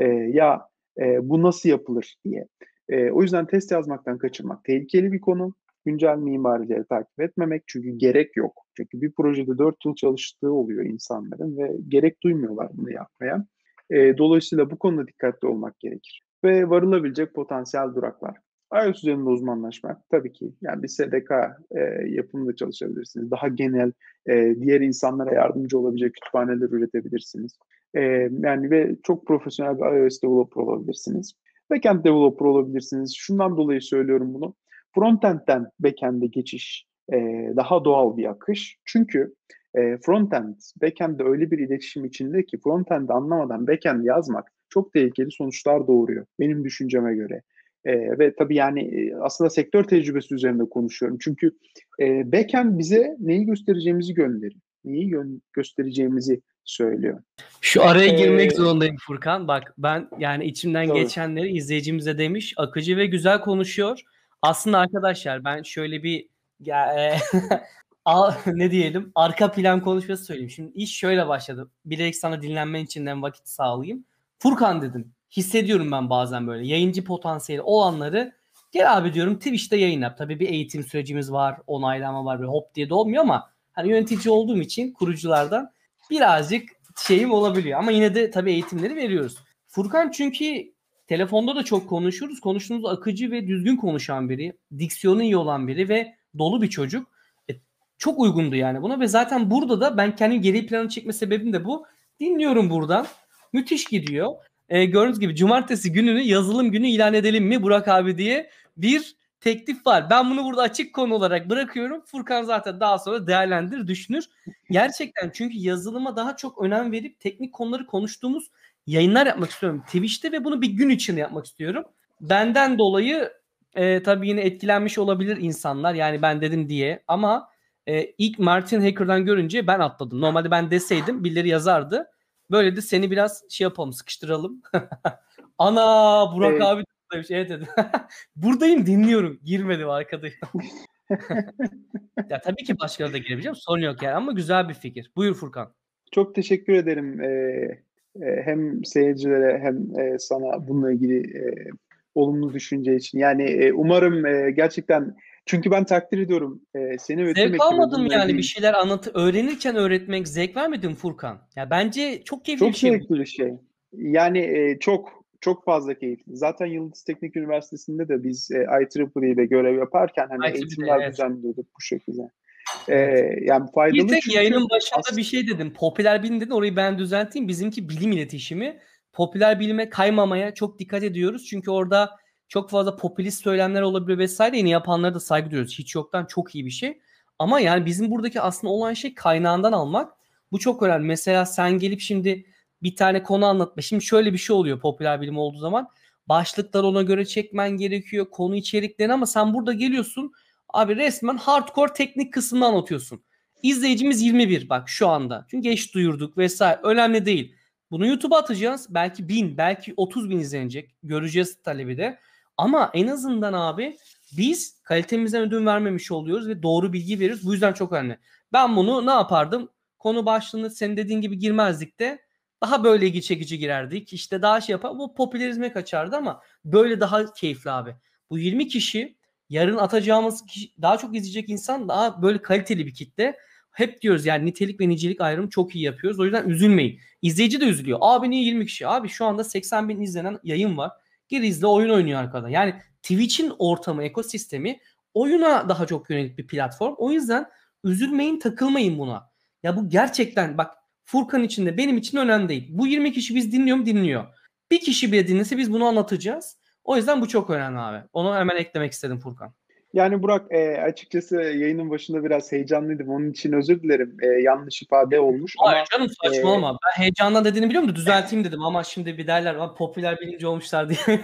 Bu nasıl yapılır diye. O yüzden test yazmaktan kaçınmak tehlikeli bir konu. Güncel mimarileri takip etmemek çünkü gerek yok. Çünkü bir projede 4 yıl çalıştığı oluyor insanların ve gerek duymuyorlar bunu yapmaya. Dolayısıyla bu konuda dikkatli olmak gerekir. Ve varılabilecek potansiyel duraklar. iOS üzerinde uzmanlaşmak tabii ki. Yani bir SDK yapımında çalışabilirsiniz. Daha genel diğer insanlara yardımcı olabilecek kütüphaneler üretebilirsiniz. Yani ve çok profesyonel bir iOS developer olabilirsiniz. Backend developer olabilirsiniz. Şundan dolayı söylüyorum bunu. Frontend'den backend'e geçiş daha doğal bir akış. Çünkü frontend, backend'de öyle bir iletişim içinde ki frontend'i anlamadan backend yazmak çok tehlikeli sonuçlar doğuruyor. Benim düşünceme göre. Ve tabii yani aslında sektör tecrübesi üzerinde konuşuyorum. Çünkü backend bize neyi göstereceğimizi gönderiyor. Göstereceğimizi söylüyor. Şu Ve araya girmek zorundayım Furkan. Bak ben yani içimden tabii. geçenleri izleyicimize demiş. Akıcı ve güzel konuşuyor. Aslında arkadaşlar ben şöyle bir ne diyelim arka plan konuşması söyleyeyim. Şimdi iş şöyle başladı. Bilerek sana dinlenmen için de vakit sağlayayım. Furkan dedim. Hissediyorum ben bazen böyle yayıncı potansiyeli olanları. Gel abi diyorum Twitch'te yayın yap. Tabii bir eğitim sürecimiz var, onaylama var. Böyle hop diye de olmuyor ama hani yönetici olduğum için kuruculardan birazcık şeyim olabiliyor. Ama yine de tabii eğitimleri veriyoruz. Furkan çünkü telefonda da çok konuşuruz. Konuştuğumuz akıcı ve düzgün konuşan biri. Diksiyonu iyi olan biri ve dolu bir çocuk. Çok uygundu yani buna ve zaten burada da ben kendim geri planı çekme sebebim de bu. Dinliyorum buradan. Müthiş gidiyor. Gördüğünüz gibi cumartesi gününü yazılım günü ilan edelim mi Burak abi diye bir teklif var. Ben bunu burada açık konu olarak bırakıyorum. Furkan zaten daha sonra değerlendirir, düşünür. Gerçekten çünkü yazılıma daha çok önem verip teknik konuları konuştuğumuz yayınlar yapmak istiyorum Twitch'te ve bunu bir gün içinde yapmak istiyorum. Benden dolayı tabii yine etkilenmiş olabilir insanlar. Yani ben dedim diye ama ilk Martin Hacker'dan görünce ben atladım. Normalde ben deseydim birileri yazardı. Böyle de seni biraz şey yapalım, sıkıştıralım. Ana Burak E, abi demiş. Evet dedim. Buradayım dinliyorum. Girmedim arkadayım. Ya tabii ki başkaları da girebileceğim. Sorun yok yani ama güzel bir fikir. Buyur Furkan. Çok teşekkür ederim hem seyircilere hem sana bununla ilgili olumlu düşünce için. Yani umarım gerçekten çünkü ben takdir ediyorum seni ve tüm Zevk ekibi almadım bununla yani bir ilgili şeyler öğrenirken öğretmek zevk vermedi mi Furkan? Ya bence çok keyifli bir çok şey bu. zevkli bir şey. Yani çok fazla keyifli. Zaten Yıldız Teknik Üniversitesi'nde de biz IEEE'de görev yaparken hani Belki bir de eğitimler evet. düzenliyorduk bu şekilde. Evet. Yani Bir faydalı tek çünkü yayının başında bir şey dedim. Popüler bilim dedin. Orayı ben düzelteyim. Bizimki bilim iletişimi. Popüler bilime kaymamaya çok dikkat ediyoruz. Çünkü orada çok fazla popülist söylemler olabilir vesaire. Yeni yapanlara da saygı duyuyoruz. Hiç yoktan çok iyi bir şey. Ama yani bizim buradaki aslında olan şey kaynağından almak. Bu çok önemli. Mesela sen gelip şimdi bir tane konu anlatma. Şimdi şöyle bir şey oluyor popüler bilim olduğu zaman. Başlıkları ona göre çekmen gerekiyor. Konu içeriklerini ama sen burada geliyorsun. Abi resmen hardcore teknik kısmını anlatıyorsun. İzleyicimiz 21 bak şu anda. Çünkü geç duyurduk vesaire. Önemli değil. Bunu YouTube'a atacağız. Belki 1000, belki 30 bin izlenecek. Göreceğiz talebi de. Ama en azından abi biz kalitemizden ödün vermemiş oluyoruz ve doğru bilgi veriyoruz. Bu yüzden çok önemli. Ben bunu ne yapardım? Konu başlığını senin dediğin gibi girmezdik de daha böyle ilgi çekici girerdik. İşte daha şey yapar. Bu popülerizme kaçardı ama böyle daha keyifli abi. Bu 20 kişi yarın atacağımız kişi, daha çok izleyecek insan daha böyle kaliteli bir kitle. Hep diyoruz yani nitelik ve nicelik ayrımı çok iyi yapıyoruz. O yüzden üzülmeyin. İzleyici de üzülüyor. Abi niye 20 kişi? Abi şu anda 80 bin izlenen yayın var. Gir izle oyun oynuyor arkada. Yani Twitch'in ortamı, ekosistemi oyuna daha çok yönelik bir platform. O yüzden üzülmeyin, takılmayın buna. Ya bu gerçekten bak Furkan için de benim için önemli değil. Bu 20 kişi biz dinliyor mu? Dinliyor. Bir kişi bile dinlese biz bunu anlatacağız. O yüzden bu çok önemli abi. Onu hemen eklemek istedim Furkan. Yani Burak açıkçası yayının başında biraz heyecanlıydım. Onun için özür dilerim. Yanlış ifade olmuş Hayır ama canım saçmalama. Ben heyecandan dediğini biliyorum da düzelteyim dedim ama şimdi bir derler "Lan popüler bilimci olmuşlar" diye.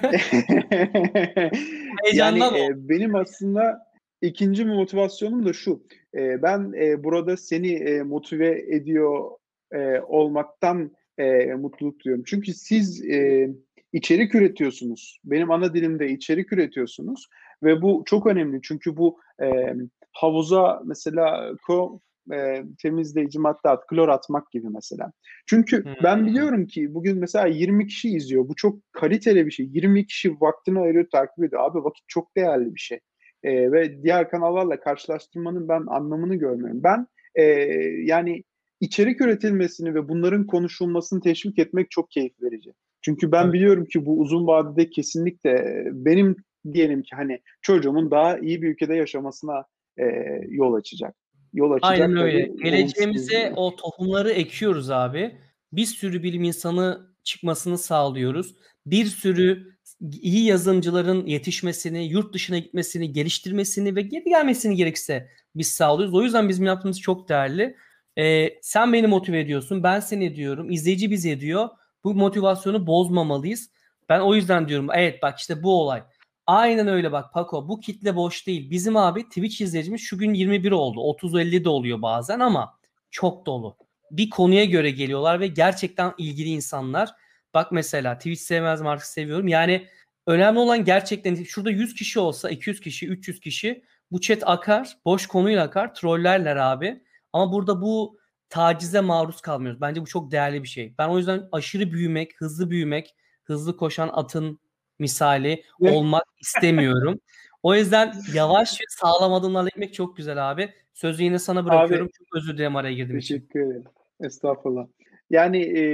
yani Heyecandan oldu. benim aslında ikinci motivasyonum da şu. Ben burada seni motive ediyor olmaktan mutluluk duyuyorum. Çünkü siz içerik üretiyorsunuz. Benim ana dilimde içerik üretiyorsunuz ve bu çok önemli. Çünkü bu havuza mesela temizleyici madde klor atmak gibi mesela. Çünkü ben Hmm. biliyorum ki bugün mesela 20 kişi izliyor. Bu çok kaliteli bir şey. 20 kişi vaktini ayırıyor, takip ediyor. Abi vakit çok değerli bir şey. Ve diğer kanallarla karşılaştırmanın ben anlamını görmüyorum. Ben e, yani içerik üretilmesini ve bunların konuşulmasını teşvik etmek çok keyif verici. Çünkü ben Tabii. biliyorum ki bu uzun vadede kesinlikle benim diyelim ki hani çocuğumun daha iyi bir ülkede yaşamasına e, yol açacak. Yol Aynen açacak öyle. tabii olumsuz. Geleceğimize o tohumları ekiyoruz abi. Bir sürü bilim insanı çıkmasını sağlıyoruz. Bir sürü iyi yazılımcıların yetişmesini, yurt dışına gitmesini, geliştirmesini ve geri gelmesini gerekirse biz sağlıyoruz. O yüzden bizim yaptığımız çok değerli. Sen beni motive ediyorsun, ben seni ediyorum, izleyici bizi ediyor. Bu motivasyonu bozmamalıyız. Ben o yüzden diyorum, evet bak işte bu olay. Aynen öyle bak Paco, bu kitle boş değil. Bizim abi Twitch izleyicimiz şu gün 21 oldu. 30-50 de oluyor bazen ama çok dolu. Bir konuya göre geliyorlar ve gerçekten ilgili insanlar. Bak mesela Twitch sevmez mi artık seviyorum. Yani önemli olan gerçekten şurada 100 kişi olsa 200 kişi 300 kişi bu chat akar. Boş konuyla akar. Trollerler abi. Ama burada bu tacize maruz kalmıyoruz. Bence bu çok değerli bir şey. Ben o yüzden aşırı büyümek, hızlı büyümek, hızlı koşan atın misali olmak istemiyorum. O yüzden yavaş ve sağlam adımlarla gitmek çok güzel abi. Sözü yine sana bırakıyorum. Abi Çok özür dilerim araya girdiğim için. teşekkür ederim. Estağfurullah. Yani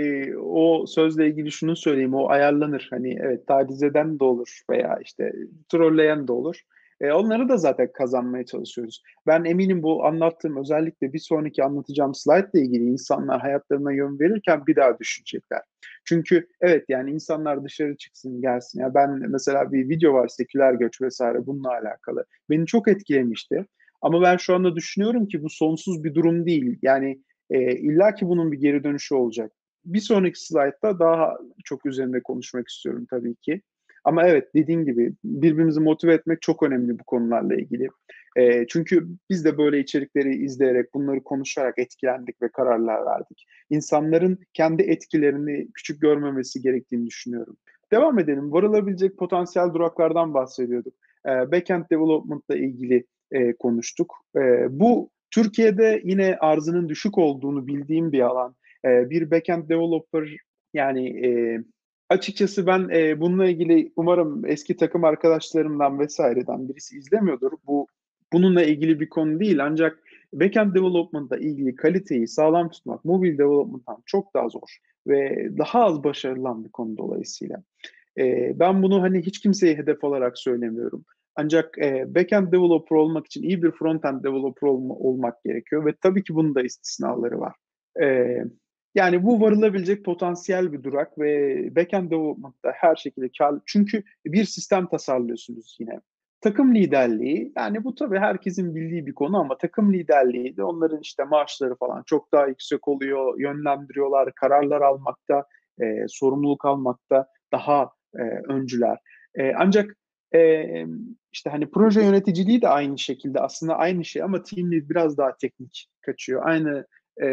o sözle ilgili şunu söyleyeyim. O ayarlanır. Hani evet taciz eden de olur veya işte trolleyen de olur. Onları da zaten kazanmaya çalışıyoruz. Ben eminim bu anlattığım özellikle bir sonraki anlatacağım slide ile ilgili insanlar hayatlarına yön verirken bir daha düşünecekler. Çünkü evet yani insanlar dışarı çıksın gelsin. Ya ben mesela bir video var seküler göç vesaire bununla alakalı. Beni çok etkilemişti. Ama ben şu anda düşünüyorum ki bu sonsuz bir durum değil. Yani illa ki bunun bir geri dönüşü olacak. Bir sonraki slaytta daha çok üzerinde konuşmak istiyorum tabii ki. Ama evet dediğim gibi birbirimizi motive etmek çok önemli bu konularla ilgili. Çünkü biz de böyle içerikleri izleyerek, bunları konuşarak etkilendik ve kararlar verdik. İnsanların kendi etkilerini küçük görmemesi gerektiğini düşünüyorum. Devam edelim. Varılabilecek potansiyel duraklardan bahsediyorduk. Backend development ile ilgili konuştuk. Bu Türkiye'de yine arzının düşük olduğunu bildiğim bir alan. Bir backend developer yani açıkçası ben bununla ilgili umarım eski takım arkadaşlarımdan vesaireden birisi izlemiyordur. Bununla ilgili bir konu değil ancak backend development'la ilgili kaliteyi sağlam tutmak mobil development'tan çok daha zor ve daha az başarılan bir konu dolayısıyla. Ben bunu hani hiç kimseye hedef olarak söylemiyorum. Ancak backend developer olmak için iyi bir frontend developer olmak gerekiyor ve tabii ki bunun da istisnaları var. E, Yani bu varılabilecek potansiyel bir durak ve backend development'ta her şekilde kar. Çünkü bir sistem tasarlıyorsunuz yine. Takım liderliği, yani bu tabii herkesin bildiği bir konu ama takım liderliği de onların işte maaşları falan çok daha yüksek oluyor, yönlendiriyorlar, kararlar almakta, sorumluluk almakta daha öncüler. Ancak e, işte hani proje yöneticiliği de aynı şekilde aslında aynı şey ama team lead biraz daha teknik kaçıyor. E,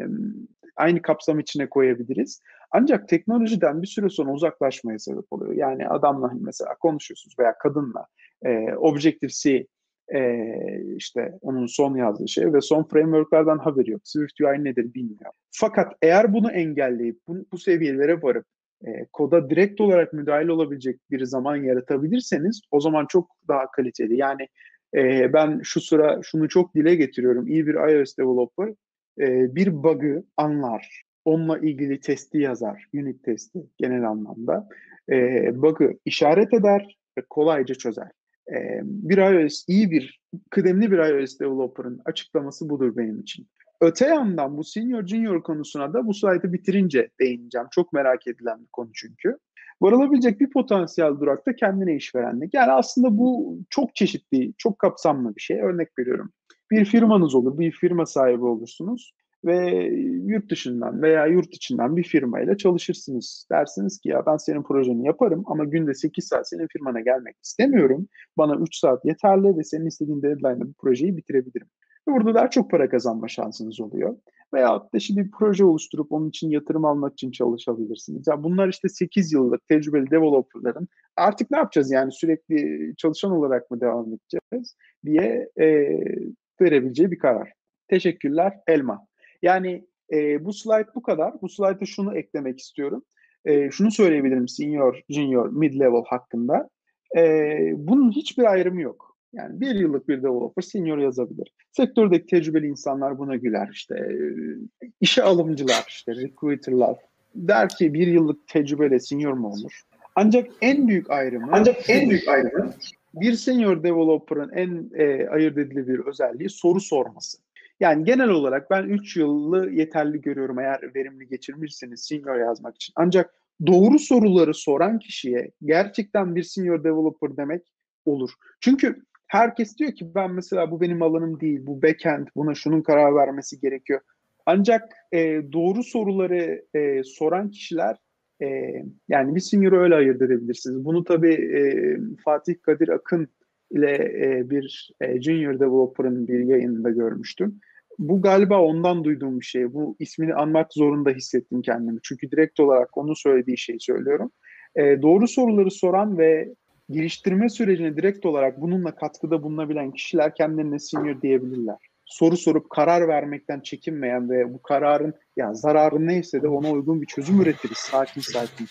aynı kapsam içine koyabiliriz. Ancak teknolojiden bir süre sonra uzaklaşmaya sebep oluyor. Yani adamla mesela konuşuyorsunuz veya kadınla Objective-C işte onun son yazdığı şey ve son frameworklerden haberi yok. Swift UI nedir bilmiyor. Fakat eğer bunu engelleyip bu seviyelere varıp koda direkt olarak müdahil olabilecek bir zaman yaratabilirseniz o zaman çok daha kaliteli. Yani ben şu sıra şunu çok dile getiriyorum. İyi bir iOS developer bir bug'ı anlar. Onunla ilgili testi yazar. Unit testi genel anlamda. Bug'ı işaret eder ve kolayca çözer. Bir iOS, iyi bir, kıdemli bir iOS developer'ın açıklaması budur benim için. Öte yandan bu senior junior konusuna da bu slaytı bitirince değineceğim. Çok merak edilen bir konu çünkü. Varılabilecek bir potansiyel durakta kendine işverenlik. Yani aslında bu çok çeşitli, çok kapsamlı bir şey. Örnek veriyorum. Bir firmanız olur, bir firma sahibi olursunuz ve yurt dışından veya yurt içinden bir firmayla çalışırsınız. Dersiniz ki ya ben senin projeni yaparım ama günde 8 saat senin firmana gelmek istemiyorum. Bana 3 saat yeterli ve senin istediğin deadline'da bu projeyi bitirebilirim. Burada daha çok para kazanma şansınız oluyor. Veyahut da şimdi bir proje oluşturup onun için yatırım almak için çalışabilirsiniz. Ya bunlar işte 8 yıllık tecrübeli developerların artık ne yapacağız yani sürekli çalışan olarak mı devam edeceğiz diye verebileceği bir karar. Teşekkürler Elma. Yani bu slide bu kadar. Bu slide'a şunu eklemek istiyorum. Şunu söyleyebilirim senior, junior, mid-level hakkında. Bunun hiçbir ayrımı yok. Yani bir yıllık bir developer senior yazabilir. Sektördeki tecrübeli insanlar buna güler. İşte işe alımcılar, işte recruiterlar der ki bir yıllık tecrübeyle senior mu olur? Ancak en büyük ayrımı Ancak en şudur. büyük ayrımı Bir senior developer'ın en ayırt edilebilir özelliği soru sorması. Yani genel olarak ben 3 yılı yeterli görüyorum eğer verimli geçirmişseniz senior yazmak için. Ancak doğru soruları soran kişiye gerçekten bir senior developer demek olur. Çünkü herkes diyor ki ben mesela bu benim alanım değil, bu backend, buna şunun karar vermesi gerekiyor. Ancak doğru soruları soran kişiler e, yani bir senior'ı öyle ayırt edebilirsiniz. Bunu tabii Fatih Kadir Akın ile bir junior developer'ın bir yayınında görmüştüm. Bu galiba ondan duyduğum bir şey. Bu ismini anmak zorunda hissettim kendimi. Çünkü direkt olarak onun söylediği şeyi söylüyorum. Doğru soruları soran ve geliştirme sürecine direkt olarak bununla katkıda bulunabilen kişiler kendilerine senior diyebilirler. Soru sorup karar vermekten çekinmeyen ve bu kararın ya zararı neyse de ona uygun bir çözüm üretiriz. Sakin sakin.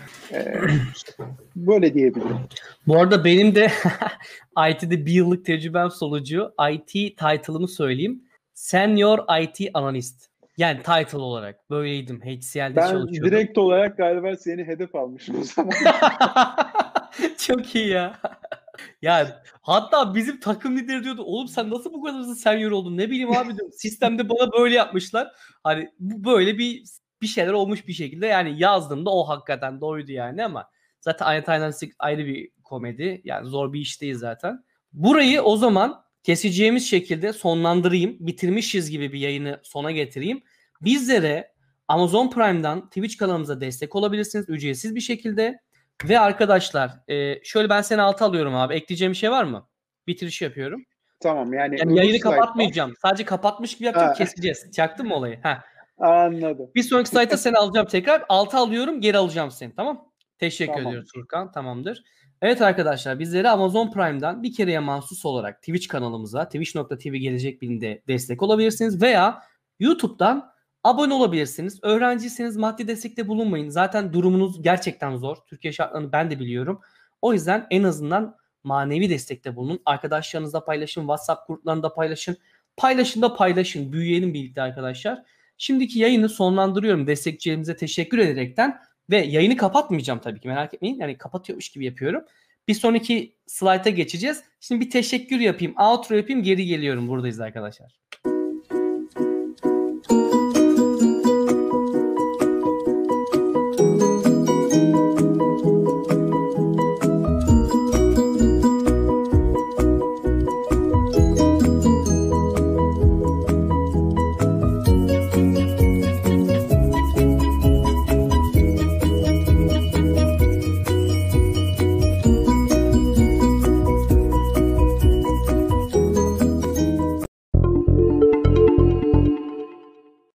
Böyle diyebilirim. Bu arada benim de IT'de bir yıllık tecrübem sonucu IT title'ımı söyleyeyim. Senior IT Analyst. Yani title olarak böyleydim. HCL'de Ben çalışıyordum. direkt olarak galiba seni hedef almışım o zaman. Çok iyi ya. Ya hatta bizim takım lideri diyordu oğlum sen nasıl bu kadar hızlı senior oldun ne bileyim abi diyorum. Sistemde bana böyle yapmışlar. Hani bu böyle bir şeyler olmuş bir şekilde yani yazdığımda o hakikaten doğruydu yani ama zaten aynen ayrı bir komedi. Yani zor bir iş değil zaten. Burayı o zaman keseceğimiz şekilde sonlandırayım. Bitirmişiz gibi bir yayını sona getireyim. Bizlere Amazon Prime'dan Twitch kanalımıza destek olabilirsiniz ücretsiz bir şekilde. Ve arkadaşlar şöyle ben seni altı alıyorum abi. Ekleyeceğim bir şey var mı? Bitiriş yapıyorum. Tamam yani Yani öbür yayını slaytta. kapatmayacağım. Sadece kapatmış gibi yapacağım keseceğiz. Çaktın mı olayı? Heh. Anladım. Bir sonraki slaytta seni alacağım tekrar. Altı alıyorum geri alacağım seni tamam. Teşekkür Tamam. ediyoruz Furkan. Tamamdır. Evet arkadaşlar bizleri Amazon Prime'dan bir kereye mahsus olarak Twitch kanalımıza twitch.tv gelecek birinde destek olabilirsiniz veya YouTube'dan abone olabilirsiniz. Öğrenciyseniz maddi destekte bulunmayın. Zaten durumunuz gerçekten zor. Türkiye şartlarını ben de biliyorum. O yüzden en azından manevi destekte bulunun. Arkadaşlarınızla paylaşın. WhatsApp gruplarında paylaşın. Paylaşın da paylaşın. Büyüyelim birlikte arkadaşlar. Şimdiki yayını sonlandırıyorum. Destekçilerimize teşekkür ederekten ve yayını kapatmayacağım tabii ki merak etmeyin. Yani kapatıyormuş gibi yapıyorum. Bir sonraki slayta geçeceğiz. Şimdi bir teşekkür yapayım. Outro yapayım geri geliyorum. Buradayız arkadaşlar.